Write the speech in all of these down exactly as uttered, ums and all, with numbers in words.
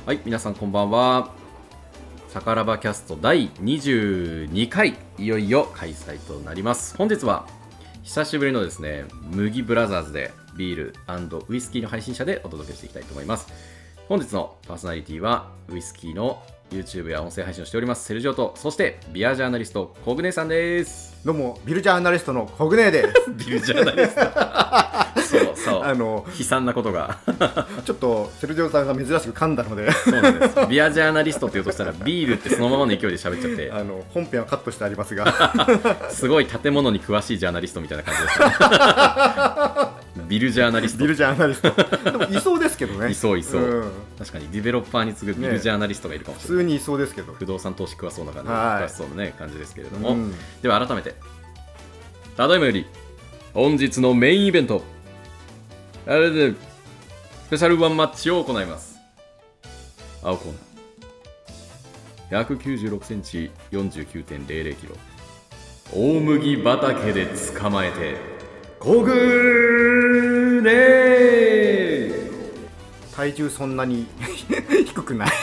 はい、皆さんこんばんは。さからばキャストだいにじゅうにかい、いよいよ開催となります。本日は久しぶりのですね、麦ブラザーズでビール&ウイスキーの配信者でお届けしていきたいと思います。本日のパーソナリティはウイスキーの YouTube や音声配信をしておりますセルジオと、そしてビアジャーナリストコグネさんです。 どうもビルジャーナリストのコグネですビルジャーナリストそうそう、 あの悲惨なことがちょっとセルジオさんが珍しく噛んだのでそうなんです。ビアジャーナリストって言うとしたらビールってそのままの勢いで喋っちゃってあの本編はカットしてありますがすごい建物に詳しいジャーナリストみたいな感じですねビルジャーナリストビルジャーナリストでもいそうですけどね。 いそういそう、うん、確かにディベロッパーに次ぐビルジャーナリストがいるかもしれない、 ね、普通にいそうですけど、 不動産投資食わそうな感じ、 はい、 詳しそうな、ね、感じですけれども、うん、では改めてただいまより本日のメインイベントあれでスペシャルワンマッチを行います。青コーナー ひゃくきゅうじゅうろくセンチ よんじゅうきゅうてんゼロゼロキロ大麦畑で捕まえてコグネ体重そんなに低くない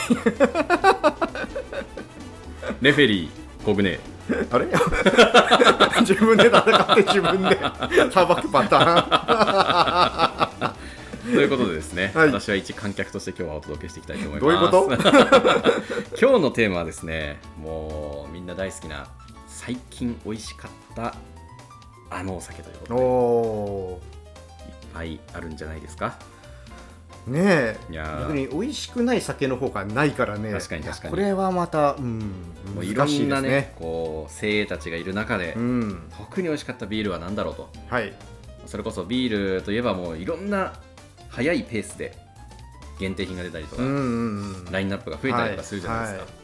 レフェリーコグネあれ自分で戦って自分でさばくパターンということでですね、はい、私は一観客として今日はお届けしていきたいと思います。どういうこと今日のテーマはですね、もうみんな大好きな最近美味しかったあのお酒ということで、おいっぱいあるんじゃないですかねえ。いや逆に美味しくない酒の方がないからね。 確かに確かに。 これはまた、うん、 もういろんなね、こう精鋭たちがいる中で、うん、特に美味しかったビールは何だろうと、はい、それこそビールといえばもういろんな早いペースで限定品が出たりとか、うんうんうん、ラインナップが増えたりとかするじゃないですか、はいはい、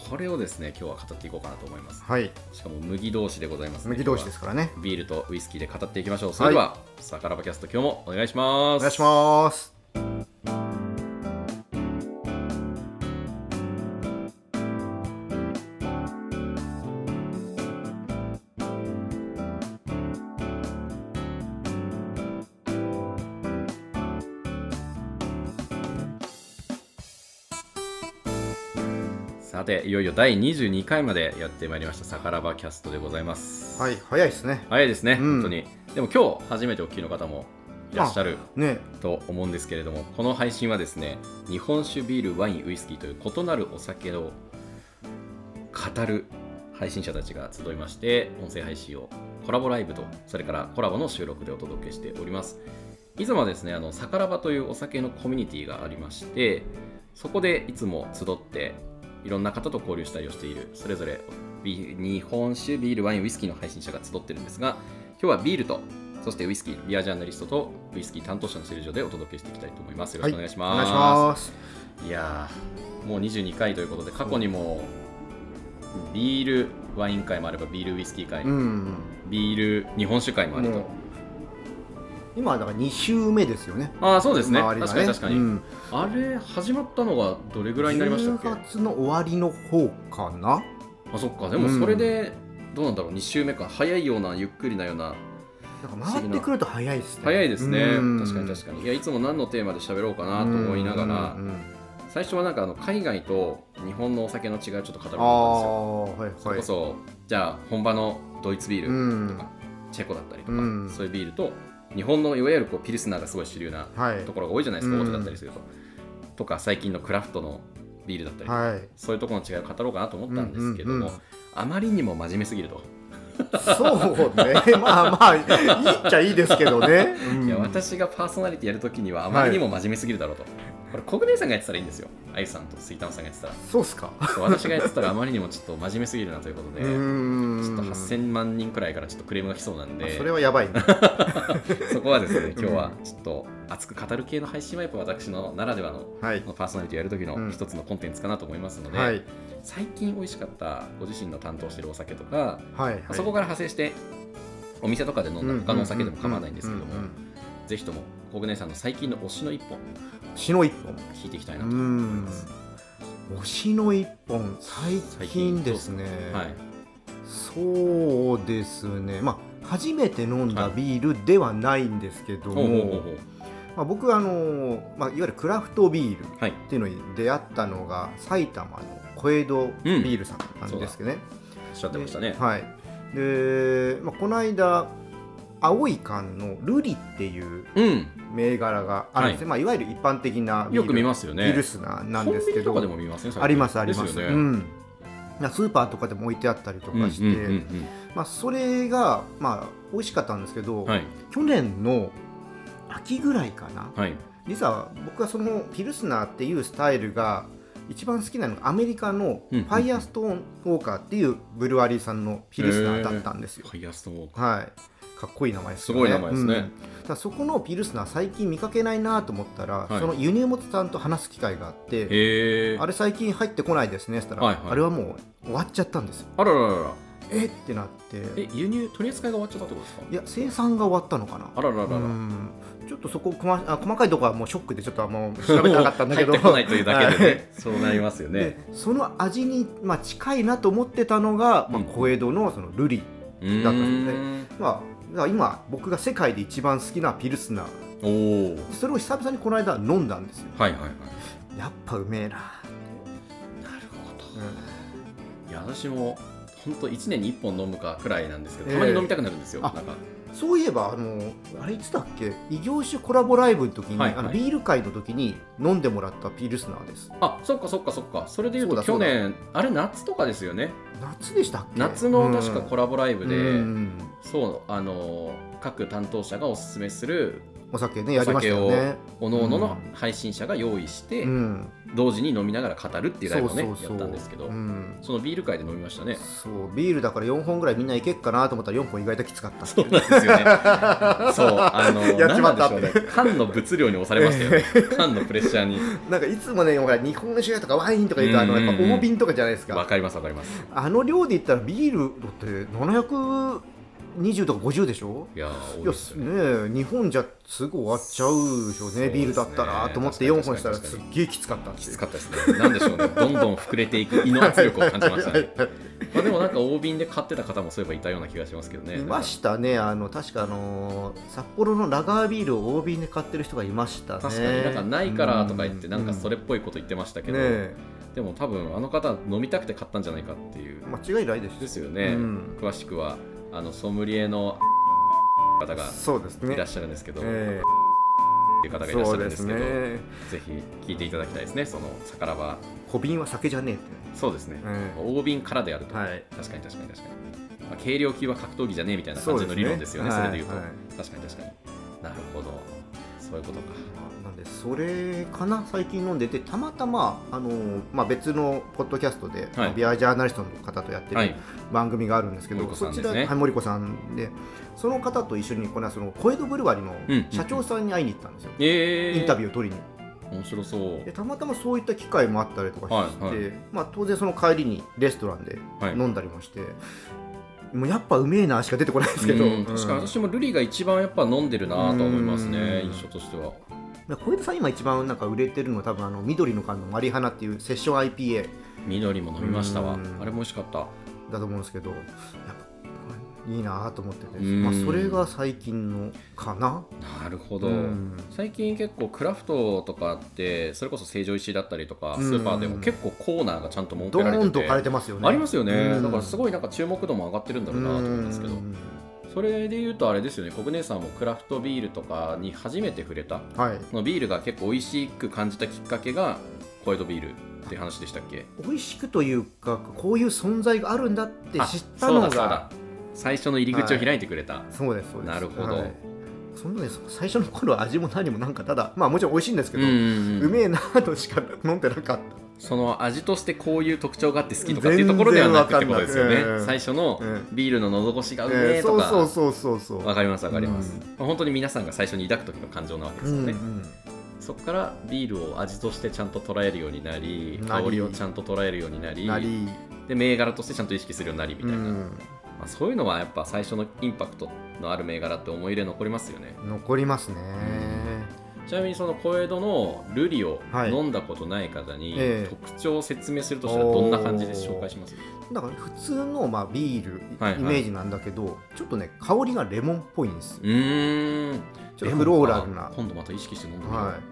これをですね今日は語っていこうかなと思います、はい、しかも麦同士でございます、ね、 麦同士ですからね。 ビールとウイスキーで語っていきましょう。それでは、はい、さからばキャスト今日もお願いします。 お願いします。 さていよいよだいにじゅうにかいまでやってまいりましたさからばキャストでございます。 はい、早いですね。 早いですね、うん、本当に。でも今日初めてお聞きの方もいらっしゃる、ね、と思うんですけれども、この配信はですね日本酒、ビール、ワイン、ウイスキーという異なるお酒を語る配信者たちが集いまして、音声配信をコラボライブとそれからコラボの収録でお届けしております。いつもはですねあのさからばというお酒のコミュニティがありまして、そこでいつも集っていろんな方と交流したりをしている、それぞれ日本酒、ビール、ワイン、ウイスキーの配信者が集ってるんですが、今日はビールとそしてウイスキー、ビアジャーナリストとウイスキー担当者のセルジオでお届けしていきたいと思います。よろしくお願いします。はい、お願いします。いやーもうにじゅうにかいということで、過去にもビールワイン会もあればビールウイスキー会、うん、ビール日本酒会もあると、 今だからに週目ですよね。 ああそうですね、ね、確かに確かに、うん、あれ始まったのがどれぐらいになりましたっけ。 じゅうがつの終わりの方かな。 あ、そっか。でもそれでどうなんだろう、に週目か。早いようなゆっくりなような、 なんか回ってくると早いですね。 早いですね、確かに確かに。いやいつも何のテーマで喋ろうかなと思いながら、最初はなんかあの海外と日本のお酒の違いをちょっと語ると思ったんですよ。はいはい、それこそじゃあ本場のドイツビールとか、チェコだったりとか、そういうビールと日本のいわゆるこうピルスナーがすごい主流なところが多いじゃないですか、大手だったりすると、とか最近のクラフトのビールだったりとか、はい、そういうところの違いを語ろうかなと思ったんですけども、うんうんうん、あまりにも真面目すぎると。 そうね、まあまあいいっちゃいいですけどね、 うん、いや私がパーソナリティやるときにはあまりにも真面目すぎるだろうと、はい、これコグネさんがやってたらいいんですよ。あゆさんとスイタンさんがやってたら。 そうっすか。 そう私がやってたらあまりにもちょっと真面目すぎるなということで、うーんちょっとはっせんまんにんくらいからちょっとクレームが来そうなんで、 それはやばいねそこはですね今日はちょっと熱く語る系の配信はやっぱ私のならではの、はい、パーソナリティをやるときの一つのコンテンツかなと思いますので、うんはい、最近美味しかったご自身の担当しているお酒とか、はいはい、そこから派生してお店とかで飲んだ他のお酒でも構わないんですけども、ぜひともコグネさんの最近の推しの一本推しの一本聞いていきたいなと思います。 推しの一本最近ですね、はい、そうですね、まあ初めて飲んだビールではないんですけども、 まあ、僕はあの、まあ、いわゆるクラフトビールっていうのに出会ったのが、はい、埼玉の小江戸ビールさんなんですけどね、 うん、おっしゃってましたね。 はい。で、まあ、この間青い缶のルリっていう銘柄があるんですね、うん、まあ、いわゆる一般的なビール、 よく見ますよね、 ビルスナーなんですけど、 コンビニとかでも見ますね、 ありますあります、 ね、 うん、スーパーとかでも置いてあったりとかして、うんうんうんうん、まあ、それが、まあ、美味しかったんですけど、はい、去年の秋ぐらいかな、はい、実は僕はそのピルスナーっていうスタイルが一番好きなのがアメリカのファイアストーンウォーカーっていうブルワリーさんのピルスナーだったんですよ。 ファイアストーンウォーカー、はい、かっこいい名前ですよね。 すごい名前ですね、 うん、だそこのピルスナー最近見かけないなと思ったら、はい、その輸入元さんと話す機会があって、へあれ最近入ってこないですねって言ったら、はいはい、あれはもう終わっちゃったんですよ。 あらららら、 えってなって、 え輸入取り扱いが終わっちゃったってことですか？ いや、生産が終わったのかな。 あらららら、 うんちょっとそこ細あ細かいところはもうショックでちょっともう調べてなかったんだけど入ってこないというだけでねそうなりますよね。 でその味に、まあ、近いなと思ってたのが、まあ、小江戸のそのルリだったんですよね。まあ、今僕が世界で一番好きなピルスナー、おそれを久々にこの間飲んだんですよ。 はいはいはい。 やっぱうめえな。なるほど、うん、いや私も本当いちねんにいっぽん飲むかくらいなんですけど、たまに飲みたくなるんですよ、えー、なんかそういえばあのあれいつだっけ、異業種コラボライブの時に、はいはい、あのビール会の時に飲んでもらったピルスナーです。 あ、そっかそっかそっか。それでいうと去年あれ夏とかですよね。 夏でしたっけ？ 夏の確かコラボライブで、うん、そうあの各担当者がおすすめするお酒ね、やりましたよね。 おのおのの配信者が用意して、うん、同時に飲みながら語るっていうライブをね、そうそうそうやったんですけど、うん、そのビール会で飲みましたね。 そうビールだからよんほんぐらいみんないけっかなと思ったらよんほん意外ときつかった。 そうなんですよね。そうあのやっちまったって、ね、缶の物量に押されましたよね。缶のプレッシャーに。なんかいつもね、ほら日本酒とかワインとか言うと、あのやっぱ大瓶とかじゃないですか。 わかりますわかります。 あの量で言ったらビールだってななひゃくにじゅうとかごじゅうでしょ。 いや多いですよね。日本じゃすぐ終わっちゃうでしょうね、ビールだったらと思ってよんほんしたらすっげえきつかったって。 きつかったですね。なんでしょうね、どんどん膨れていく胃の圧力を感じましたね。まあでもなんか大瓶で買ってた方もそういえばいたような気がしますけどね。 いましたね。あの確かあの札幌のラガービールを大瓶で買ってる人がいましたね。 確かになんかないからとか言ってなんかそれっぽいこと言ってましたけど、ね、でも多分あの方飲みたくて買ったんじゃないかっていう。 間違いないですですよね、うん、詳しくはあのソムリエの方がいらっしゃるんですけど、そうですね、えー、いう方がいらっしゃるんですけど、ね、ぜひ聞いていただきたいですね。そのさからば小瓶は酒じゃねえって。 そうですね、えー、大瓶からであると、はい、確かに確かに確かに、まあ、軽量級は格闘技じゃねえみたいな感じの理論ですよね。 そ, ね、それでいうと、はいはい、確かに確かになるほど、そういうことか。 なんでそれかな、最近飲んでてたまたまあの、まあ、別のポッドキャストで、はい、ビアジャーナリストの方とやってる番組があるんですけど、はい、そちら、はい、森子さんで、その方と一緒にこのその小江戸ブルワリの社長さんに会いに行ったんですよ、うんうんうん、インタビューを取りに。 面白そうでたまたまそういった機会もあったりとかして、はいはい、まあ、当然その帰りにレストランで飲んだりもして、はい、もうやっぱうめえなしか出てこないですけど、うん、 確かに私もルリが一番やっぱ飲んでるなと思いますね、印象としては。 小江戸さん今一番なんか売れてるのは多分あの緑の缶のマリハナっていうセッション アイピーエー。 緑も飲みましたわ、あれも美味しかっただと思うんですけど、やっぱいいなと思ってて、まあ、それが最近のかな。 なるほど。最近結構クラフトとかってそれこそ成城石井だったりとかスーパーでも結構コーナーがちゃんと設けられててドーンと置かれてますよね。 ありますよね。だからすごいなんか注目度も上がってるんだろうなと思うんですけど、それでいうとあれですよね、コグネさんもクラフトビールとかに初めて触れた、はい、のビールが結構美味しく感じたきっかけが小江戸ビールって話でしたっけ？ 美味しくというか、こういう存在があるんだって知ったのが、そうだそうだ、 最初の入り口を開いてくれた、はい、 そうですそうです。 なるほど、はい、 そんなね、最初の頃味も何もなんかただ、まあもちろん美味しいんですけど、うんうんうん、うめえなとしか飲んでなかった。 その味としてこういう特徴があって好きとかっていうところではなくってことですよね、えー、最初のビールの喉越しがうめえとか、 そうそうそうそうわかりますわかります、うん、本当に皆さんが最初に抱く時の感情なわけですよね、うんうん、そこからビールを味としてちゃんと捉えるようになり、香りをちゃんと捉えるようになり、なりで銘柄としてちゃんと意識するようになりみたいな、うん、まあ、そういうのはやっぱ最初のインパクトのある銘柄って思い入れ残りますよね。 残りますね、 うん。 ちなみにその小江戸のルリを飲んだことない方に特徴を説明するとしたらどんな感じで紹介します？ だから普通のまあビールイメージなんだけど、はいはい、ちょっとね香りがレモンっぽいんですよ。うーん、ちょっとフローラルな。 今度また意識して飲んでみよう。 はい、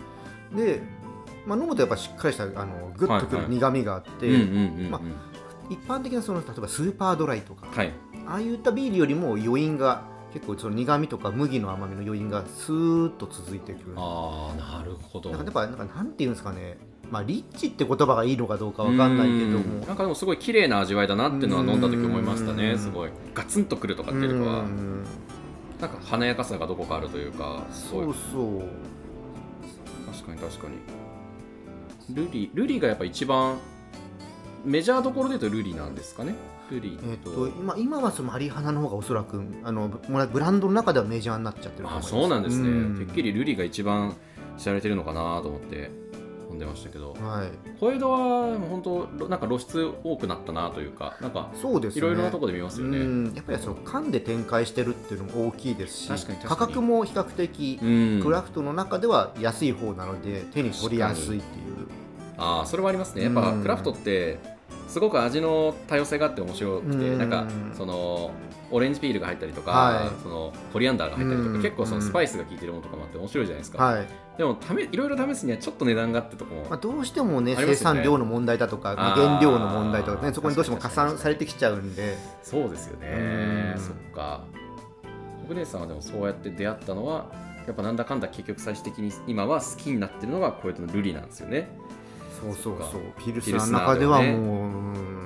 で、まあ、飲むとやっぱしっかりしたあのグッとくる苦みがあって一般的なその例えばスーパードライとか、はい、ああいったビールよりも余韻が結構その苦みとか麦の甘みの余韻がスーッと続いてくる。 ああ、なるほど。 なんかやっぱなんかなんていうんですかね、まあ、リッチって言葉がいいのかどうかわかんないけども、 なんかでもすごい綺麗な味わいだなっていうのは飲んだ時思いましたね。すごいガツンとくるとかっていうよりかはなんか華やかさがどこかあるというか。 そうそう、 確かに確かに。ルリルリがやっぱ一番メジャーどころで言うとルリなんですかね。ルリえー、と 今, 今はそのマリハナの方がおそらくあのブランドの中ではメジャーになっちゃってると思います。 あ、そうなんですね、うん、てっきりルリが一番知られてるのかなと思って飲んでましたけど、はい、小江戸は本当なんか露出多くなったなというか、なんかいろいろなところで見ますよね。 うん、やっぱりその缶で展開してるっていうのも大きいですし、確かに確かに価格も比較的、うん、クラフトの中では安い方なので手に取りやすいっていう。 ああ、それはありますね。やっぱクラフトってすごく味の多様性があって面白くて、なんかそのオレンジピールが入ったりとか、はい、そのコリアンダーが入ったりとか、結構そのスパイスが効いてるものとかもあって面白いじゃないですか、はい、でもためいろいろ試すにはちょっと値段があってとこも、 まあ、どうしてもね生産量の問題だとか原料の問題とかね、そこにどうしても加算されてきちゃうんで。 そうですよね。そっか。国根さんはでもそうやって出会ったのはやっぱなんだかんだ結局最終的に今は好きになってるのがこういうのルリなんですよね。 そうそうそう、ピルスナーの中ではもう、うん、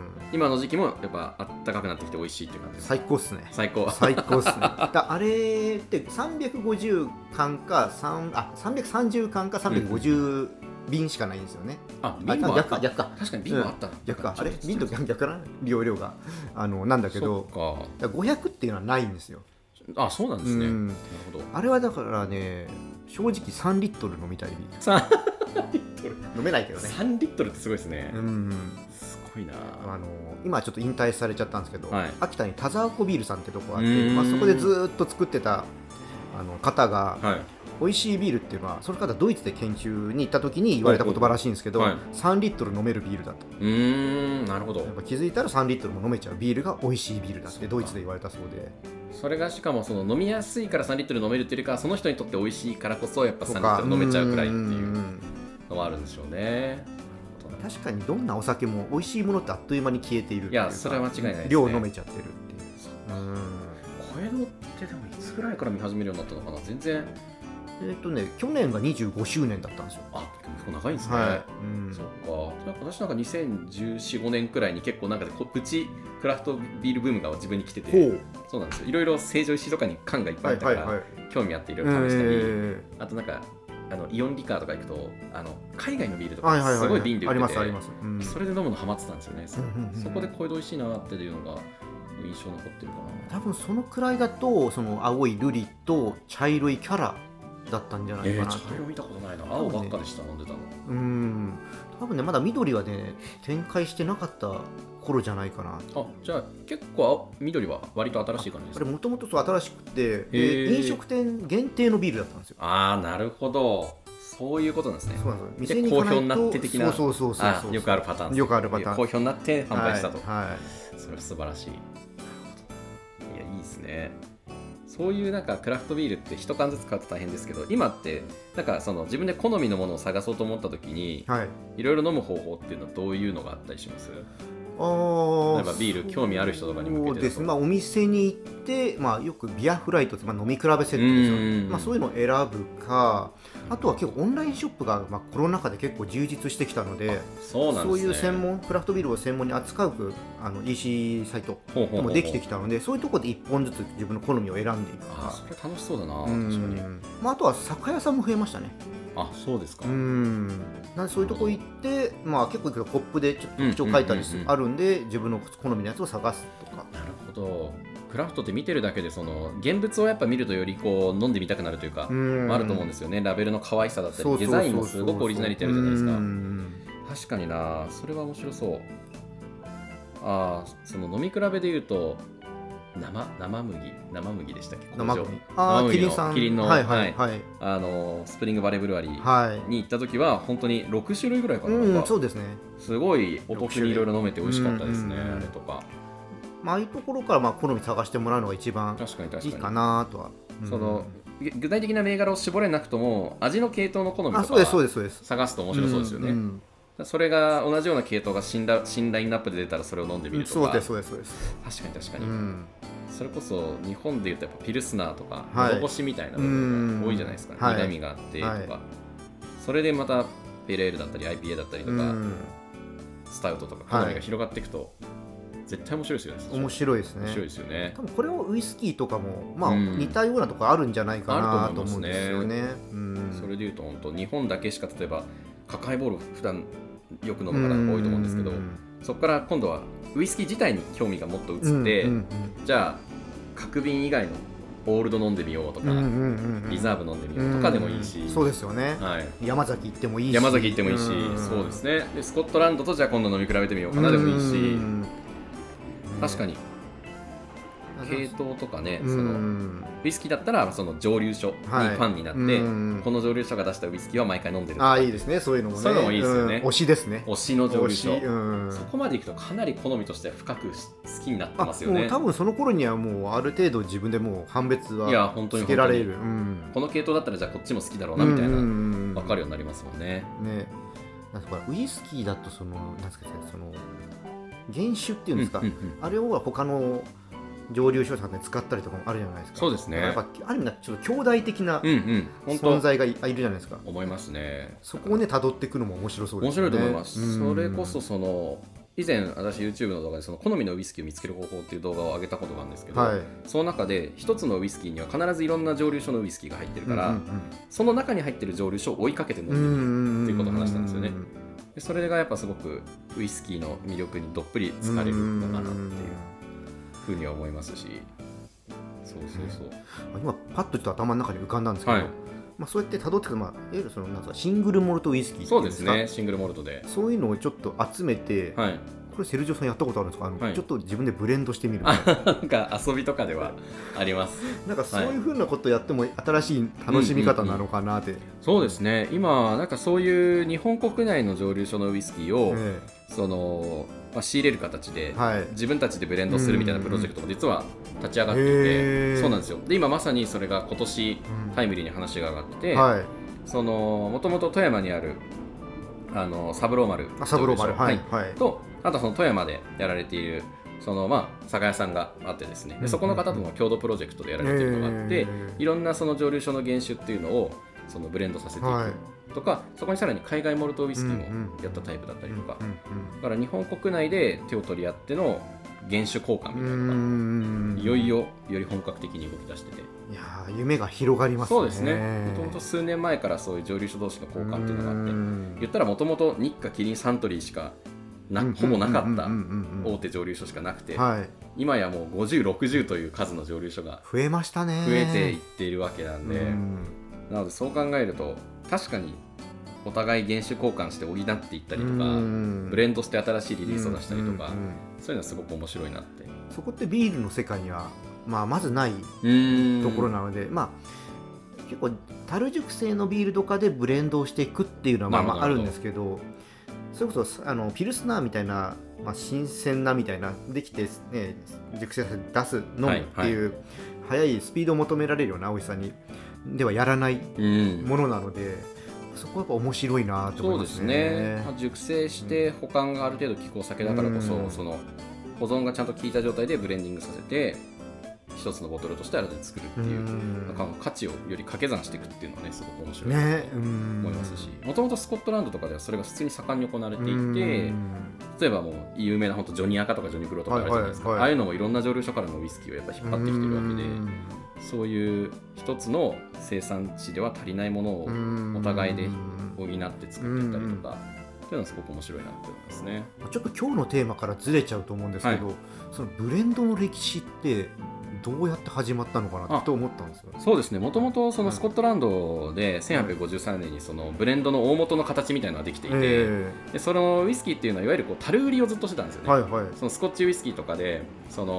今の時期もやっぱあったかくなってきて美味しいっていう感じです。 最高っすね。 最高最高っすね。だあれってさんびゃくごじゅうかんかあさんびゃくさんじゅうかんかさんびゃくごじゅうびんしかないんですよね。 うん、あ、瓶もあった。 逆か逆か。 確かに瓶もあった。うん、 逆か。あれ瓶と逆かな、容量があのなんだけど、だごひゃくっていうのはないんですよ。 あ、そうなんですね。うん、なるほど。 あれはだからね、正直さんリットル飲みたいビール。 さんリットル飲めないけどね。 さんリットルってすごいですね。うん、すごいな。 あの今ちょっと引退されちゃったんですけど、はい、秋田に田沢湖ビールさんってとこがあって、まあ、そこでずっと作ってたあの方が、はい、美味しいビールっていうのはその方ドイツで研究に行った時に言われた言葉らしいんですけど、はい、さんリットル飲めるビールだと。 うーん、なるほど。やっぱ気づいたらさんリットルも飲めちゃうビールが美味しいビールだってドイツで言われたそうで。 それがしかもその飲みやすいからさんリットル飲めるっていうか、その人にとって美味しいからこそやっぱさんリットル飲めちゃうくらいっていうのはあるんでしょうね。 確かにどんなお酒も美味しいものってあっという間に消えているっていうか、 いやそれは間違いないですね。 量飲めちゃってるっていう。 小江戸ってでもいつぐらいから見始めるようになったのかな。全然えっとね去年がにじゅうごしゅうねんだったんですよ。 あ、結構長いんですね。はい、うん、そっか。なんか私なんかにせんじゅうよん、ごねんくらいに結構なんかプチクラフトビールブームが自分に来てて、そうなんですよ。いろいろ成城石井とかに缶がいっぱいあったから、はいはいはい、興味あっていろいろ試したり、えー、あとなんかあのイオンリカーとか行くとあの海外のビールとかすごい瓶で売ってて、それで飲むのハマってたんですよね。うんうんうん、そこでこれで美味しいなっていうのが印象残ってるかな。多分そのくらいだとその青いルリと茶色いキャラだったんじゃないかなと。 えー、茶色見たことないな。青ばっかでした、ね、飲んでたの。 うん、多分ねまだ緑はね展開してなかった頃じゃないかな。 あ、じゃあ結構緑は割と新しい感じですか。 あれもともと新しくて、飲食店限定のビールだったんですよ。 ああ、なるほど。そういうことなんですね。そうなんですよ。店に好評になって的な。 そうそうそうそう。 よくあるパターンです。 よくあるパターン。 好評になって販売したと。 はい。はい、 それは素晴らしい。いや、いいですね。そういうなんかクラフトビールって一缶ずつ買うと大変ですけど、今ってなんかその自分で好みのものを探そうと思った時に、はい、いろいろ飲む方法っていうのはどういうのがあったりします？あ、例えばビール興味ある人とかに向けて。 そうです、まあ、お店に行って、まあ、よくビアフライトって、まあ、飲み比べセットですよね。まあ、そういうのを選ぶか、あとは結構オンラインショップが、まあ、コロナ禍で結構充実してきたので、 そうなんですね、 そういう専門クラフトビールを専門に扱うあの イーシー サイトもできてきたので、そういうところでいっぽんずつ自分の好みを選んでいくか。 あ、それ楽しそうだな。確かに。 まあ、あとは酒屋さんも増えましたね。 あ、そうですか。 うん、なんでそういうとこ行って、まあ、結構コップでちょっと特徴書いたりあるんで、自分の好みのやつを探すとか。 なるほど。クラフトって見てるだけでその現物をやっぱ見るとよりこう飲んでみたくなるというか、うん、あると思うんですよね。ラベルの可愛さだったりデザインもすごくオリジナリティあるじゃないですか。うん、確かにな、それは面白そう。ああ、その飲み比べでいうと生生麦生麦でしたっけ？ 生麦ああキリンさんキリンの、 はいはいはい、 あのスプリングバレーブルワリーに行った時は本当にろく種類ぐらいかな、 うん、そうですね。 すごいお得にいろいろ飲めて美味しかったですね、あれとか。 まあああいうところからまあ好み探してもらうのが一番いいかなとは。 その具体的な銘柄を絞れなくとも味の系統の好みとか探すと面白そうですよね。うんうんそれが同じような系統が新ラ、新ラインナップで出たらそれを飲んでみるとか。 そうですそうですそうです。 確かに確かに、うん、それこそ日本でいうとやっぱピルスナーとかのどごしみたいな部分が多いじゃないですか、ね、はい、苦みがあってとか、はい、それでまたペレールだったり アイピーエー だったりとかスタウトとか好みが広がっていくと、はい、絶対面白いですよね。 面白いですね。 面白いですよね。 多分これをウイスキーとかも、まあ、似たようなところあるんじゃないかなと思うんですよね。うん、それでいうと本当日本だけしか例えばカカイボール普段よく飲む方が多いと思うんですけど、そこから今度はウイスキー自体に興味がもっと移って、うんうんうん、じゃあ角瓶以外のオールド飲んでみようとか、うんうんうんうん、リザーブ飲んでみようとかでもいいし、 うんうん、そうですよね、はい、山崎行ってもいいし山崎行ってもいいし、うん、そうですね。でスコットランドとじゃあ今度飲み比べてみようかなでもいいし、うん、確かに系統とかね、そのウイスキーだったらその蒸留所にファンになって、はい、この蒸留所が出したウイスキーは毎回飲んでるとか。 ああいいですね。そういうのもね。 そういうのもいいですよね。 推しですね。 推しの蒸留所、うん、そこまでいくとかなり好みとしては深く好きになってますよね。 もう多分その頃にはもうある程度自分でもう判別はつけられる。うん、 この系統だったらじゃあこっちも好きだろうなみたいな分かるようになりますもんね。 ね。なんかウイスキーだとそのなんですかね、その原酒っていうんですか、うんうんうん、あれを他の蒸留所さんで使ったりとかもあるじゃないですか。 そうですね。 やっぱある意味ちょっと兄弟的な存在がいるじゃないですか。 思いますね。 そこをね辿っていくのも面白そうですね。 面白いと思います。それこそその以前私 YouTube の動画でその好みのウイスキーを見つける方法っていう動画を上げたことがあるんですけど、はい、その中で一つのウイスキーには必ずいろんな蒸留所のウイスキーが入ってるから、うんうんうん、その中に入ってる蒸留所を追いかけて飲んでみるっていうことを話したんですよね。でそれがやっぱすごくウイスキーの魅力にどっぷり浸かれるのかなっていうふうには思いますし。そうそうそう、 今パッとちょっと頭の中に浮かんだんですけど、はい、まあ、そうやって辿っていくと、まあ、いわゆるそのなんかシングルモルトウイスキーっていそうですね、シングルモルトでそういうのをちょっと集めて、はい、これセルジオさんやったことあるんですか？あの、はい、ちょっと自分でブレンドしてみるなんか遊びとかではありますなんかそういうふうなことやっても新しい楽しみ方なのかなって、うんうんうん、 そうですね。今なんかそういう日本国内の蒸留所のウイスキーを、ええ、そのまあ、仕入れる形で、はい、自分たちでブレンドするみたいなプロジェクトも実は立ち上がっていて、そうなんですよ。で今まさにそれが今年タイムリーに話が上がってて、はい、そのもともと富山にあるあのサブローマルサブローマル、はいはい、とあとその富山でやられているそのまあ酒屋さんがあってですね、でそこの方との共同プロジェクトでやられているのがあって、いろんなその蒸留所の原酒っていうのをそのブレンドさせていく、はいとか、そこにさらに海外モルトウイスキーもやったタイプだったりとか、だから日本国内で手を取り合っての原酒交換みたいなのがいよいよより本格的に動き出してて、 いや夢が広がりますね。 そうですね。もともと数年前からそういう蒸留所同士の交換っていうのがあって、言ったらもともと日課キリンサントリーしかなほぼなかった大手蒸留所しかなくて、はい、今やもうごじゅう、ろくじゅうという数の蒸留所が増えましたね。 増えていっているわけなんで、んなのでそう考えると確かにお互い原酒交換して補っていったりとか、ブレンドして新しいリリースを出したりとか、そういうのはすごく面白いなって。 そこってビールの世界には、まあ、まずないところなので、まあ、結構樽熟成のビールとかでブレンドをしていくっていうのはまあまああるんですけど、それこそあのピルスナーみたいな、まあ、新鮮なみたいなできて、ね、熟成させて出す飲むっていう、はいはい、速いスピードを求められるような美味しさにではやらないものなので、そこはやっぱ面白いなと思いますね。 そうですね、まあ、熟成して保管がある程度効くお酒だからこそ、うん、その保存がちゃんと効いた状態でブレンディングさせて一つのボトルとして新たに作るっていう、うん、なんか価値をより掛け算していくっていうのはねすごく面白いなと思いますし、もともとスコットランドとかではそれが普通に盛んに行われていて、うん、例えばもう有名な本当ジョニー赤とかジョニー黒とかあるじゃないですか、はいはいはい、ああいうのもいろんな蒸留所からのウイスキーをやっぱ引っ張ってきてるわけで、うん、そういう一つの生産地では足りないものをお互いで補って作っていったりとかっていうのはすごく面白いなって思いますね。 ちょっと今日のテーマからずれちゃうと思うんですけど、はい、そのブレンドの歴史ってどうやって始まったのかなと思ったんですよ。 そうですね、もともとそのスコットランドでせんはっぴゃくごじゅうさんねんにそのブレンドの大元の形みたいなのができていて、えー、でそのウイスキーっていうのはいわゆるこう樽売りをずっとしてたんですよね、はいはい、そのスコッチウイスキーとかでその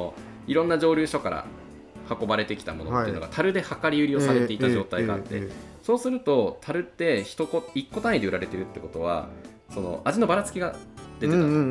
いろんな蒸留所から運ばれてきたものっていうのが樽で量り売りをされていた状態があって、そうすると樽っていっこ単位で売られてるってことはその味のばらつきが出てた、うんうんうん、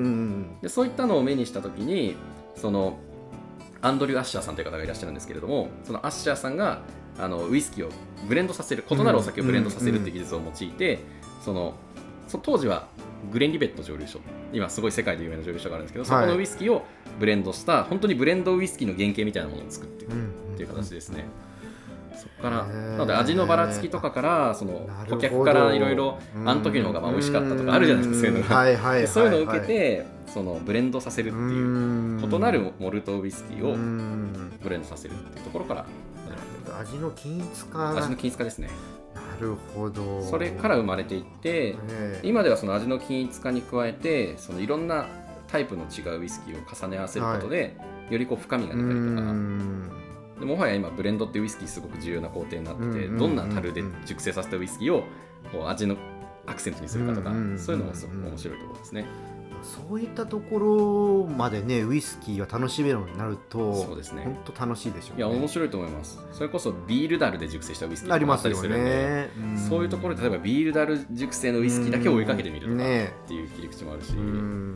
でそういったのを目にした時にそのアンドリュー・アッシャーさんという方がいらっしゃるんですけれども、そのアッシャーさんがあのウイスキーをブレンドさせる、異なるお酒をブレンドさせるっていう技術を用いて、そのそ当時はグレンリベット蒸留所、今すごい世界で有名な蒸留所があるんですけど、そこのウイスキーをブレンドした本当にブレンドウイスキーの原型みたいなものを作っていくっていう形ですね。そこからなので味のばらつきとかからその顧客からいろいろあの時の方がまあ美味しかったとかあるじゃないですか、そういうのが、はいはいはいはい、そういうのを受けてそのブレンドさせるっていう異なるモルトウイスキーをブレンドさせるっていうところから始まってる。 味の均一化味の均一化ですね。 なるほど。 それから生まれていって、今ではその味の均一化に加えてそのいろんなタイプの違うウイスキーを重ね合わせることで、はい、よりこう深みが出たりとか、でもはや今ブレンドってウイスキーすごく重要な工程になってて、うんうんうんうん、どんな樽で熟成させたウイスキーをこう味のアクセントにするかとか、うんうんうんうん、そういうのもすごく面白いところですね。 そういったところまでねウイスキーが楽しめるようになると、 そうですね、 本当楽しいでしょうね。 いや面白いと思います。それこそビールダルで熟成したウイスキーもあったりするんで、ね、うん、そういうところで例えばビールダル熟成のウイスキーだけを追いかけてみるとかっていう切り口もあるし、うん、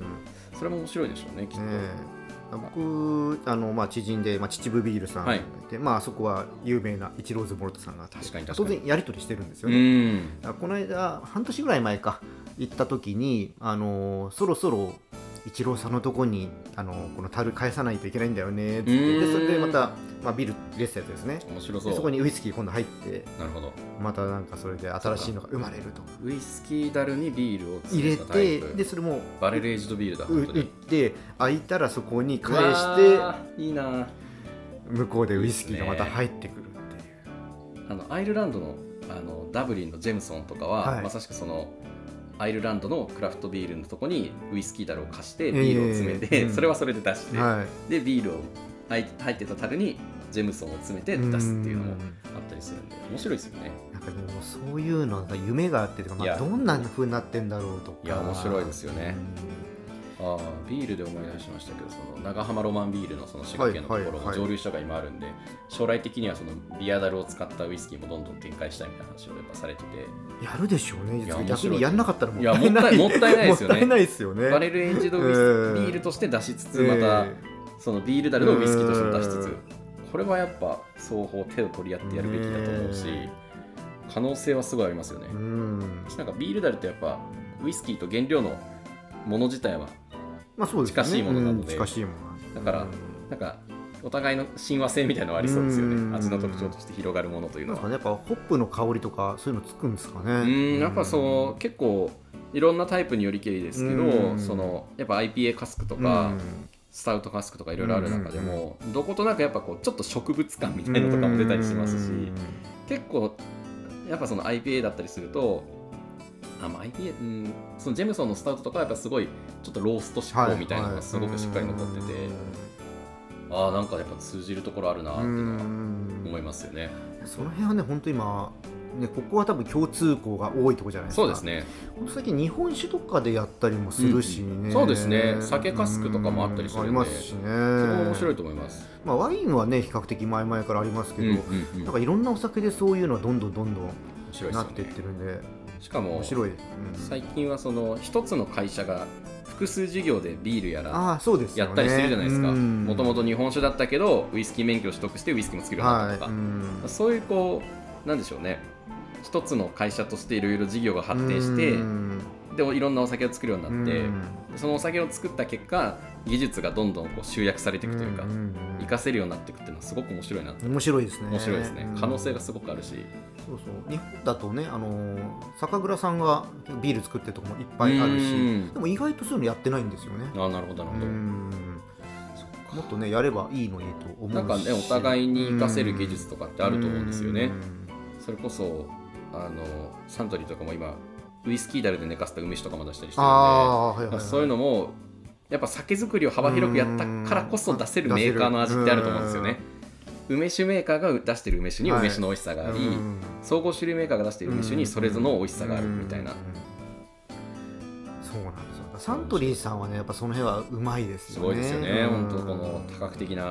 それも面白いでしょうねきっと。ね、 僕あの、まあ、知人で、まあ、秩父ビールさんがいて、はい、まあ、あそこは有名なイチローズモルトさんがあって、 確かに確かに当然やり取りしてるんですよね。うん、この間半年ぐらい前か行った時にあのそろそろイチローさんのとこにあのこの樽返さないといけないんだよねって、でそれでまた、まあ、ビール入れてたやつですね。 面白そう。 そこにウイスキー今度入って、 なるほど、 またなんかそれで新しいのが生まれると。 ウイスキー樽にビールを入れて、でそれもバレルエイジドビールだ本当に売って開いたらそこに返していいな、 向こうでウイスキーがまた入ってくるっていう。 あのアイルランド の, あのダブリンのジェムソンとかは、はい、まさしくそのアイルランドのクラフトビールのとこにウイスキー樽を貸してビールを詰めて、えーうん、それはそれで出して、はい、でビールを入ってた樽にジェムソンを詰めて出すっていうのもあったりするんで面白いですよね。 なんかでもそういうのが夢があってとか、まあ、どんな風になってんだろうとか。 いや面白いですよね。ああビールで思い出しましたけど、その長浜ロマンビールのその滋賀県のところの蒸留所が今あるんで、はいはいはい、将来的にはそのビアダルを使ったウイスキーもどんどん展開したいみたいな話をやっぱされてて、 やるでしょうね。逆にやんなかったらもったいない。いやもったいないですよね。 もったいないですよね。 バレルエンジドウイスキー、ビールとして出しつつ、またそのビールダルのウイスキーとして出しつつ、これはやっぱ双方手を取り合ってやるべきだと思うし、可能性はすごいありますよね。うんなんかビールダルってやっぱウイスキーと原料のもの自体はまあそうですね、 近しいものなので、 近しいものだからなんかお互いの親和性みたいなのはありそうですよね。味の特徴として広がるものというのは。 なんか、ね、やっぱホップの香りとかそういうのつくんですかね。 うんやっぱそう結構いろんなタイプによりけりですけど、そのやっぱ アイピーエー カスクとかスタウトカスクとかいろいろある中でも、どことなくやっぱこうちょっと植物感みたいなのとかも出たりしますし、結構やっぱその アイピーエー だったりすると、あまあ、アイピーエー、うん、そのジェムソンのスタウトとかはやっぱすごいちょっとロースト志向みたいなのがすごくしっかり残ってて、はいはい、ああなんかやっぱ通じるところあるなっていうのは思いますよね。 その辺はね本当今ね、ここは多分共通項が多いところじゃないですか。 そうですね。 最近日本酒とかでやったりもするしね、 うん、そうですね。酒カスクとかもあったりするんで、 ありますしね。それも面白いと思います。 まあ、ワインはね比較的前々からありますけど、うんうんうん、なんかいろんなお酒でそういうのはどんどんどんどんなっていってるんで、 しかも面白い、うん、 最近はその一つの会社が複数事業でビールやらやったりしてるじゃないですか。もともと日本酒だったけどウイスキー免許を取得してウイスキーも作るようになったとか、はい、そういうこうなんでしょうね、一つの会社としていろいろ事業が発展してでいろんなお酒を作るようになってそのお酒を作った結果技術がどんどんこう集約されていくというか活かせるようになっていくっていうのはすごく面白いなって。 面白いですね。 面白いですね。可能性がすごくあるし、 そうそう日本だとね、あのー、酒蔵さんがビール作ってるところもいっぱいあるし、でも意外とそういうのやってないんですよね。 あなるほどなるほど。 もっとねやればいいのにと思うし、 なんかねお互いに活かせる技術とかってあると思うんですよね。それこそあのサントリーとかも今ウイスキーダルで寝かせた梅酒とかも出したりしてるんで、はいはいはい、そういうのもやっぱ酒造りを幅広くやったからこそ出せるメーカーの味ってあると思うんですよね。梅酒メーカーが出してる梅酒に梅酒の美味しさがあり、はい、総合種類メーカーが出してる梅酒にそれぞれの美味しさがあるみたいな。 そうなんですよ。サントリーさんはねやっぱその辺はうまいですよね。 すごいですよね。本当この多角的なお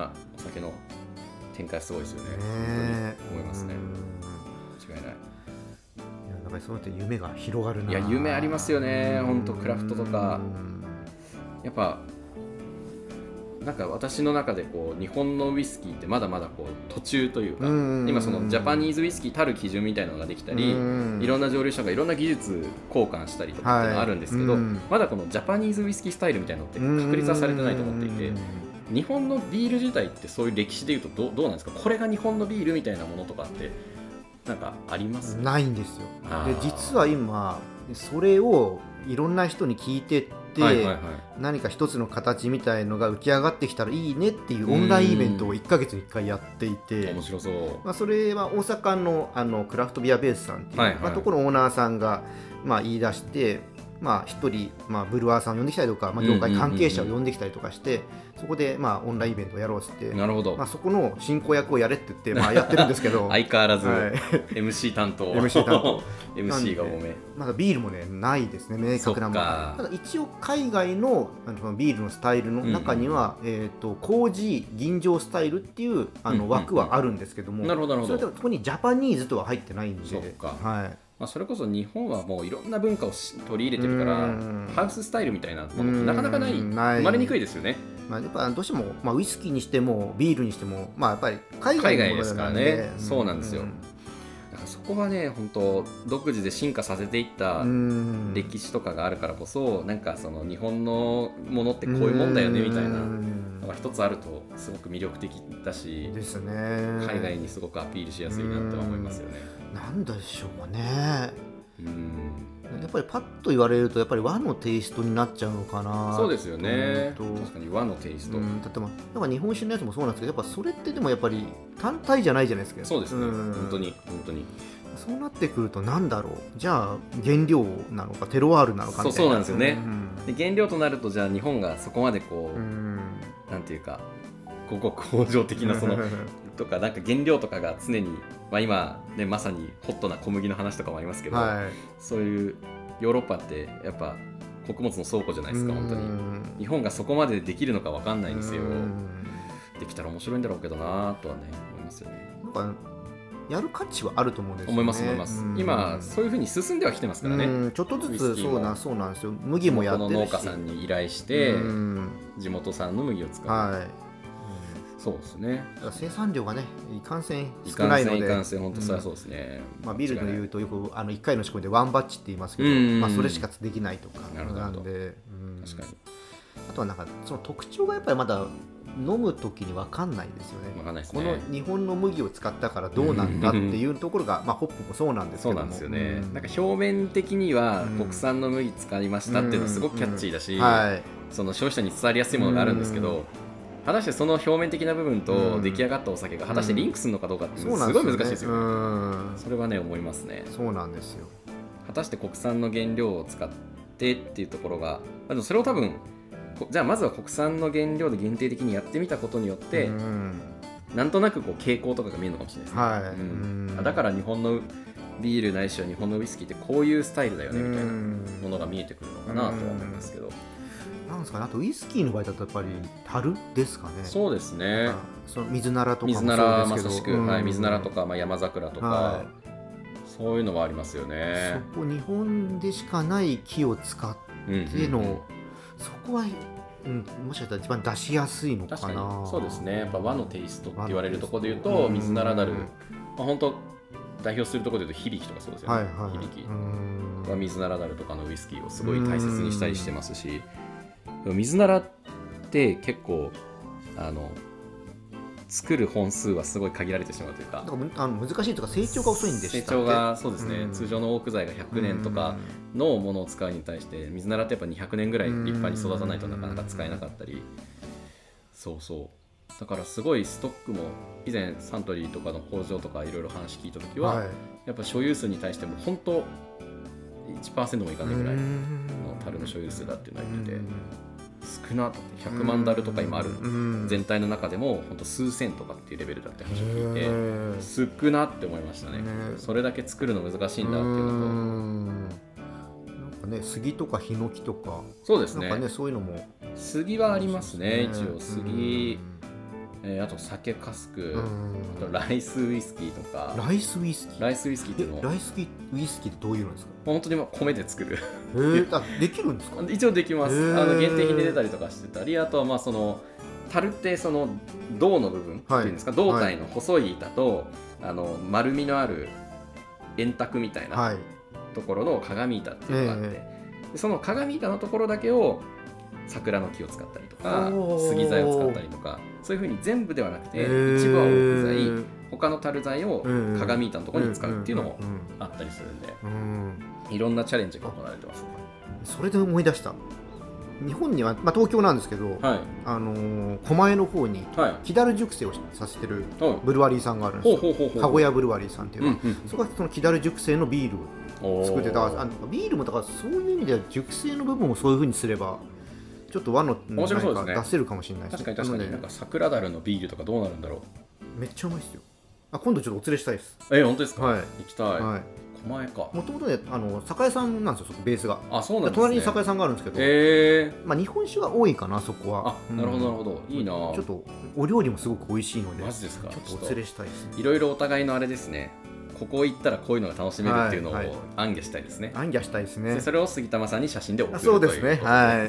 酒の展開すごいですよね。 ね本当に思いますね。間違いない。 やっぱりそうやって夢が広がるな。 いや夢ありますよね。本当クラフトとかやっぱなんか私の中でこう日本のウイスキーってまだまだこう途中というか、今そのジャパニーズウイスキーたる基準みたいなのができたり、いろんな蒸留所がいろんな技術交換したりとかっていうのがあるんですけど、はい、まだこのジャパニーズウイスキースタイルみたいなのって確立はされてないと思っていて、日本のビール自体ってそういう歴史でいうと ど, どうなんですか。これが日本のビールみたいなものとかってなんかあります？ ないんですよ。で実は今それをいろんな人に聞いてって、はいはいはい、何か一つの形みたいのが浮き上がってきたらいいねっていうオンラインイベントをいっかげつにいっかいやっていて、 面白そう。 まあ、それは大阪 の, あのクラフトビアベースさんっていう、はいはい、まあ、ところのオーナーさんが、まあ、言い出して、まあ、一人、まあ、ブルワーさんを呼んできたりとか、まあ、業界関係者を呼んできたりとかして、うんうんうんうん、そこで、まあ、オンラインイベントをやろうって、 なるほど、 まあ、そこの進行役をやれって言って、まあ、やってるんですけど相変わらず、はい、エムシー 担当エムシー 担当エムシー が多め。 まだビールもねないですね、明確なもの。ただ一応海外 の, あのビールのスタイルの中には、うんうん、えー、と麹吟醸スタイルっていうあの枠はあるんですけども、 なるほどなるほど。 それでそこにジャパニーズとは入ってないんで、 そうか、 はい、 まあ、それこそ日本はもういろんな文化を取り入れてるからハウススタイルみたいなものってなかなかない、生まれにくいですよね。 まあ、やっぱどうしても、まあ、ウイスキーにしてもビールにしても、まあ、やっぱり海外のものですからね、うん、そうなんですよ。だからそこはね本当独自で進化させていった歴史とかがあるからこそ、なんかその日本のものってこういうもんだよねみたいなのが一つあるとすごく魅力的だしですね、 海外にすごくアピールしやすいなとは思いますよね。 なんでしょうね。うん、やっぱりパッと言われるとやっぱり和のテイストになっちゃうのかな。 そうですよね。確かに和のテイスト、うん、 例えばなんか日本酒のやつもそうなんですけど、やっぱそれってでもやっぱり単体じゃないじゃないですか。 そうですね、うん、本当に本当にそうなってくるとなんだろう、じゃあ原料なのかテロワールなのかみたいな。 そうそうなんですよね、うん、で原料となるとじゃあ日本がそこまでこう、うん、なんていうかここ工場的なそのとかなんか原料とかが常に、まあ、今、ね、まさにホットな小麦の話とかもありますけど、はい、そういうヨーロッパってやっぱ穀物の倉庫じゃないですか。本当に日本がそこまでできるのか分かんないんですよ。できたら面白いんだろうけどなとはね思いますよね。 なんかやる価値はあると思うんですよね。 思います思います。今そういう風に進んではきてますからね。 ちょっとずつそうなそうなんですよ。麦もやってるし、 地元の農家さんに依頼して地元産の麦を使う、はい、そうですね。 だから生産量がねいかんせん少ないので、 いかんせん本当それはそうですね、 うん、まあ、ビールでいうとよくあのいっかいの仕込みでワンバッチって言いますけど、まあ、それしかできないとかなんで、うん、確かに。あとはなんかその特徴がやっぱりまだ飲むときに分かんないですよね。 分かんないですね。この日本の麦を使ったからどうなんだっていうところが、まあ、ホップもそうなんですけども、 そうなんですよね、うん、なんか表面的には国産の麦使いましたっていうのはすごくキャッチーだし、うんうんはい、その消費者に伝わりやすいものがあるんですけど、うん、果たしてその表面的な部分と出来上がったお酒が果たしてリンクするのかどうかってすごい難しいですよね。うん、それはね思いますね。 そうなんですよ。 果たして国産の原料を使ってっていうところが、でもそれを多分じゃあまずは国産の原料で限定的にやってみたことによって、うん、なんとなくこう傾向とかが見えるのかもしれないですね、はい、うん、だから日本のビールないしは日本のウイスキーってこういうスタイルだよねみたいなものが見えてくるのかなとは思いますけど、 なんですかね。あとウイスキーの場合だとやっぱり樽ですかね。 そうですね。 その水ならとかもそうですけど、水ならまさしく、うん、はい、水ならとか、まあ、山桜とか、はい、そういうのはありますよね。 そこ日本でしかない木を使っての、うんうんうん、そこは、うん、もしかしたら一番出しやすいのかな。 確かにそうですね。やっぱ和のテイストって言われるところで言うと水ならなる、まあ、本当代表するところで言うと響とかそうですよね、はいはい、響は水ならなるとかのウイスキーをすごい大切にしたりしてますし、水ならって結構あの作る本数はすごい限られてしまうというか、 だからあの難しいというか成長が遅いんでしたっけ。 成長がそうですね、うん、通常のオーク材がひゃくねんとかのものを使うに対して水ならってやっぱにひゃくねんぐらい立派に育たないとなかなか使えなかったり、そうそうだからすごいストックも以前サントリーとかの工場とかいろいろ話聞いたときは、はい、やっぱ所有数に対しても本当 いちパーセント もいかないぐらいの樽の所有数だっていうのが言ってて、少なとひゃくまんダルとか今ある全体の中でも本当数千とかっていうレベルだって話を聞いて少なって思いましたね。それだけ作るの難しいんだっていうのと、 なんかね杉とかヒノキとか、 そうですね、 なんかねそういうのも杉はありますね。一応杉、ええー、あと酒カスク、あとライスウイスキーとか。 ライスウイスキーライスウイスキーっていうのライスウイスキーってどういうのですか？ 本当に米で作るえー、あできるんですか？ 一応できます。あの限定品で出たりとかしてたり、あとはまあその樽ってその銅の部分っていうんですか、はい、胴体の細い板と、はい、あの丸みのある円卓みたいなところの鏡板っていうのがあって、はい、でその鏡板のところだけを桜の木を使ったりとか杉材を使ったりとか、そういうふうに全部ではなくて、一部は木材、他の樽材を鏡板のところに使うっていうのもあったりするんで、いろんなチャレンジが行われてますね。 それで思い出した。日本には、まあ、東京なんですけど、はい、あのー、狛江の方に木だる熟成をさせてるブルワリーさんがあるんですよ。かごやブルワリーさんっていうのは、うんうんうん、そこがその木だる熟成のビールを作ってた。あのビールもだからそういう意味では熟成の部分をそういう風にすればちょっと和の何か出せるかもしれないですね。 確かに確かに、なんか桜だるのビールとかどうなるんだろう。めっちゃうまいですよ。あ、今度ちょっとお連れしたいです。 えー、本当ですか？ はい、 行きたい。はい、狛江か。 もともとね、あの酒屋さんなんですよ、ベースが。 あ、そうなんですね。 隣に酒屋さんがあるんですけど、 えーまあ、日本酒が多いかな、そこは。 あ、なるほどなるほど、いいな。 ちょっとお料理もすごく美味しいので、 マジですか？ ちょっとお連れしたいですね。 いろいろお互いのあれですね、ここ行ったらこういうのが楽しめるっていうのを暗記したいですね。 暗記したいですね。 それを杉玉さんに写真で送るという。 そうですね。はい。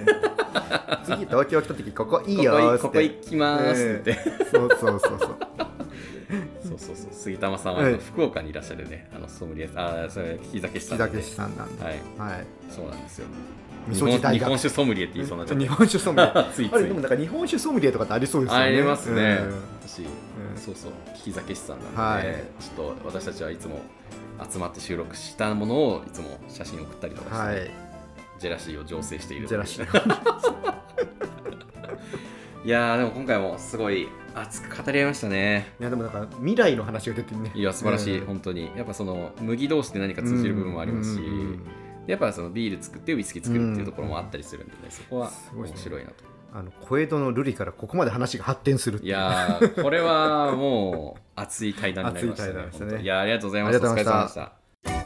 次東京来た時ここいいよーって。 ここ行きますって。 そうそうそうそう。 そうそうそう、杉玉さんは、はい、福岡にいらっしゃるね、あのソムリエ、あ、それ利き酒師さんなんで。利き酒師さんなんで、はい、はい、そうなんですよ。日本, 日本酒ソムリエって言いそうになっちゃった。日本酒ソムリエついつい。あれでもなんか日本酒ソムリエとかってありそうですよね。 ありますね。うん、私、うん、そうそう、利き酒師さんなんで、はい、ちょっと私たちはいつも集まって収録したものをいつも写真送ったりとかして、はい、ジェラシーを醸成している。ジェラシー。いやー、でも今回もすごい熱く語り合いましたね。 いやでもなんか未来の話が出てるね。 いや素晴らしい、うん、本当にやっぱその麦同士で何か通じる部分もありますし、うんうんうん、やっぱそのビール作ってウイスキー作るっていうところもあったりするんでね、そこは面白いなと。 あの小江戸の瑠璃からここまで話が発展するっていう。 いやー、これはもう熱い対談になりましたね。熱い対談でしたね。いやー、ありがとうございます。お疲れ様でした。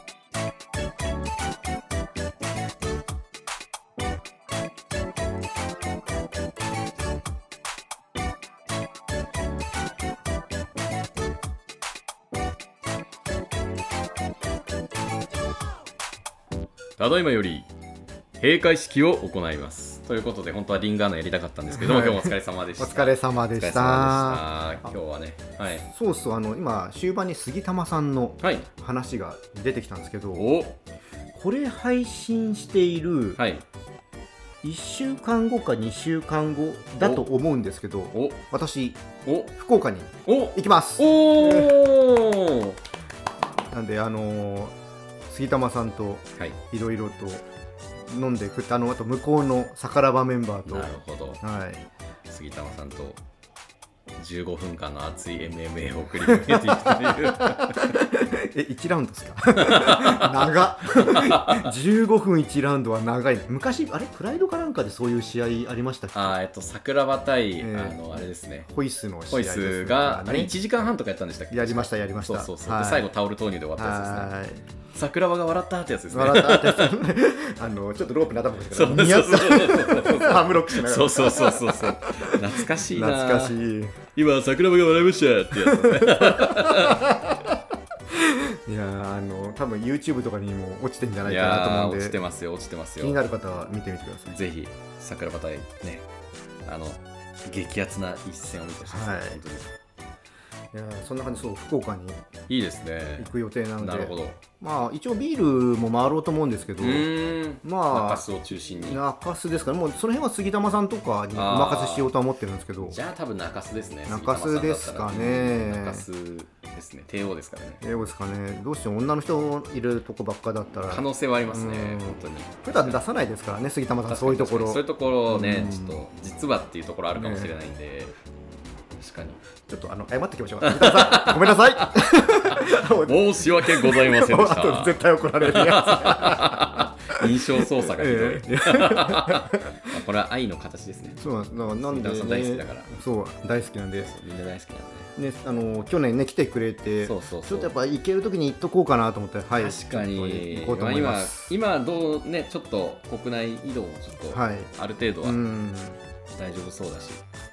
ただいまより閉会式を行いますということで、本当はリンガーナやりたかったんですけども、はい、今日もお疲れ様でした。 お疲れ様でした。 今日はね、はい、 そうそう、あの今終盤に杉玉さんの話が出てきたんですけど、はい、これ配信しているいっしゅうかんごかにしゅうかんごだと思うんですけど、私福岡に行きます。おなんであのー杉玉さんといろいろと飲んでくって、はい、あのあと向こうのさからばメンバーと、 なるほど、はい、杉玉さんとじゅうごふんかんの熱い エムエムエー を繰り広げていくというえ、いちラウンドですか？長っじゅうごふんいちラウンドは長い。昔あれプライドかなんかでそういう試合ありましたっけ？ あ、えっと桜庭対、えー、あのあれですね、 ホイスの試合です、ね、 ホイスが、ね、いちじかんはんとかやったんでしたっけ？ やりましたやりました。 そうそうそう、はい、で最後タオル投入で終わったやつですね。桜庭が笑ったってやつですね。 笑ったってやつあのちょっとロープの頭ですけど、ニヤッとハムロックしながら。 そうそうそうそうそう。懐かしいな。 懐かしい。 今桜庭が笑いましたってやつね。 いやあの多分 YouTube とかにも落ちてんじゃないかなと思うんで。 落ちてますよ落ちてますよ。 気になる方は見てみてください。 ぜひ桜庭対ね、あの激アツな一戦を見てほしいですね。はい、本当に。 いやそんな感じ。そう、福岡にいいですね、 行く予定なので。 なるほど。 まあ一応ビールも回ろうと思うんですけど、 まあ中洲を中心に。 中洲ですから、もうその辺は杉玉さんとかにお任せしようとは思ってるんですけど。 じゃあ多分中洲ですね。 中洲ですかね。 中洲ですね。帝王ですからね。 帝王ですかね。どうしても女の人いるとこばっかだったら可能性はありますね。本当に普段出さないですからね、杉玉さん。そういうところそういうところね、ちょっと実はっていうところあるかもしれないんで、確かにちょっとあの謝ってきましょう。ごめんなさい。 申し訳ございませんでした。 絶対怒られるやつ。印象操作がひどい。えー、これは愛の形ですね。 そうなんです。なんで、ね、 大好きだから。 そう大好きなんで。 みんな大好きなんで。ね、あの去年ね来てくれて、そうそうそう、ちょっとやっぱ行ける時に行っとこうかなと思って、はい、 確かに行こうと思います。今、今どうね、ちょっと国内移動もちょっと、はい、ある程度は大丈夫そうだし。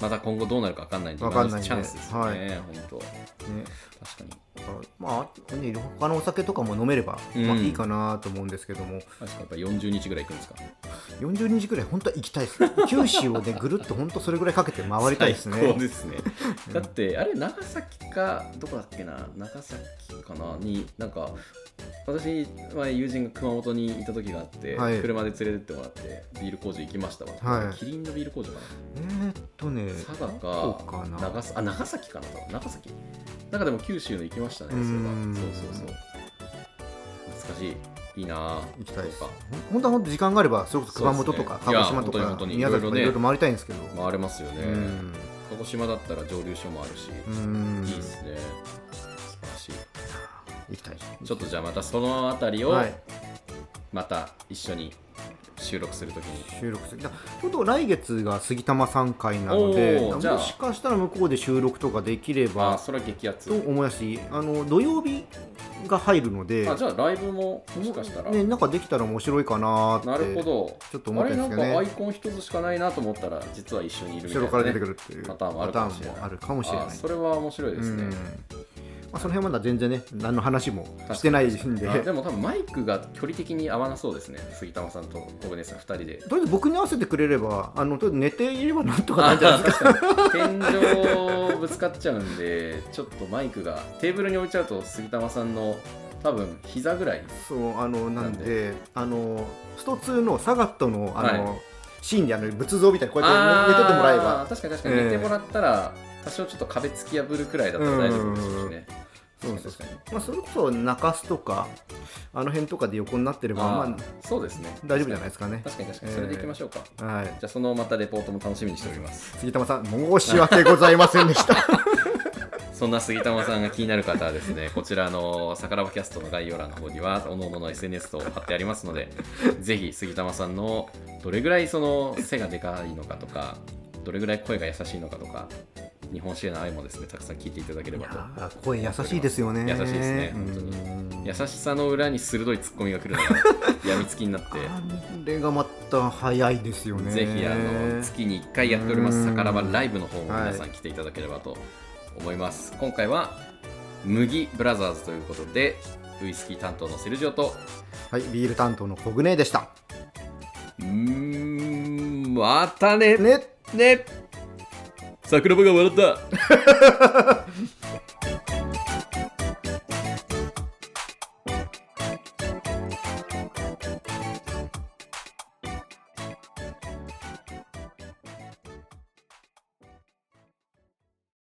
また今後どうなるか分かんないんで、 分かんないんでチャンスですね、はい、本当、ね、確かに。 まあ、ね、他のお酒とかも飲めれば、うん、まあ、いいかなと思うんですけども。 確かやっぱよんじゅうにちぐらい行くんですか？ よんじゅうにちぐらい本当は行きたいです九州をねぐるっと本当それぐらいかけて回りたいですね。 最高ですねだってあれ長崎かどこだっけな、長崎かなになんか私は友人が熊本にいた時があって、はい、車で連れてってもらってビール工場行きましたわ、はい、キリンのビール工場かな、 えー、っとね佐賀か長崎、あ、長崎かな、長崎なんかでも九州の行きましたね、それは。そうそうそう、懐かしい、いいな、行きたいです。本当は本当時間があればそれこそ熊本とか鹿児島とか宮崎とかいろいろ回りたいんですけど、 回れますよね。鹿児島だったら蒸留所もあるし、いいですね、素晴らしい、 行きたい。 ちょっとじゃあまたそのあたりをまた一緒に収録するときに収録する。ちょっと来月が杉玉さん回なので、もしかしたら向こうで収録とかできれば、 あ、それは激アツと思いますし、あの土曜日が入るので、 あ、じゃあライブももしかしたらね、なんかできたら面白いかなって。 なるほど、 ちょっと思ってるんですけどね。 あれなんかアイコン一つしかないなと思ったら実は一緒にいるみたいな、ね、 後ろから出てくるっていうパターンもあるかもしれない。 あるかもしれない。 それは面白いですね。 まあ、その辺まだ全然ね、何の話もしてないんで。 でも多分マイクが距離的に合わなそうですね、杉玉さんと小舟さんふたりで。 とりあえず僕に合わせてくれれば、あのとりあえず寝ていればなんとかなんじゃないですか。 天井ぶつかっちゃうんで、ちょっとマイクがテーブルに置いちゃうと杉玉さんの多分膝ぐらい。 そう、あのなんで、あのストツーのサガットのあの、はい、シーンであの仏像みたいにこうやって寝ててもらえば、 確かに確かに寝てもらったら、えー、多少ちょっと壁突き破るくらいだったら大丈夫ですしね。 そうそうそう、まあ、それこそ中洲とかあの辺とかで横になってれば、 あ、まあ、そうですね、 大丈夫じゃないですかね。 確かに確かに、それでいきましょうか、 えー、はい、 じゃあそのまたレポートも楽しみにしております。 杉玉さん、申し訳ございませんでしたそんな杉玉さんが気になる方はですね、こちらのさからばキャストの概要欄の方には各々の エスエヌエス と貼ってありますので、ぜひ杉玉さんのどれぐらいその背がでかいのかとか、どれぐらい声が優しいのかとか、日本史への愛もですね、たくさん聞いていただければと。 声優しいですよね。 優しいですね、本当に。優しさの裏に鋭いツッコミが来るのがやみつきになって、 あれがまた早いですよね。 ぜひあの月にいっかいやっておりますさからばライブの方も皆さん来ていただければと思います。はい、今回は麦ブラザーズということで、ウイスキー担当のセルジオと、 はい、ビール担当の小舟でした。 うーん、またねねね、桜庭が笑った